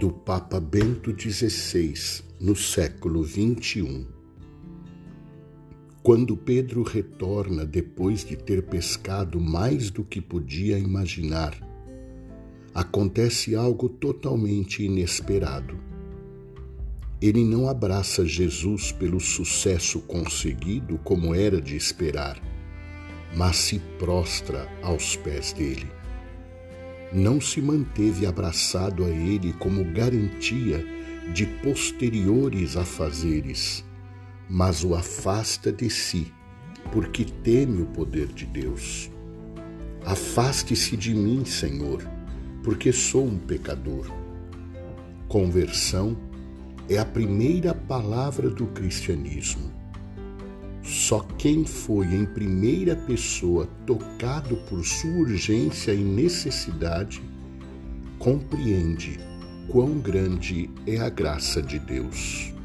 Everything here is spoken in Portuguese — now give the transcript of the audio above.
do Papa Bento XVI, no século XXI. Quando Pedro retorna depois de ter pescado mais do que podia imaginar, acontece algo totalmente inesperado. Ele não abraça Jesus pelo sucesso conseguido, como era de esperar, mas se prostra aos pés dele. Não se manteve abraçado a ele como garantia de posteriores afazeres, mas o afasta de si, porque teme o poder de Deus. Afaste-se de mim, Senhor, porque sou um pecador. Conversão é a primeira palavra do cristianismo. Só quem foi em primeira pessoa tocado por sua urgência e necessidade compreende quão grande é a graça de Deus.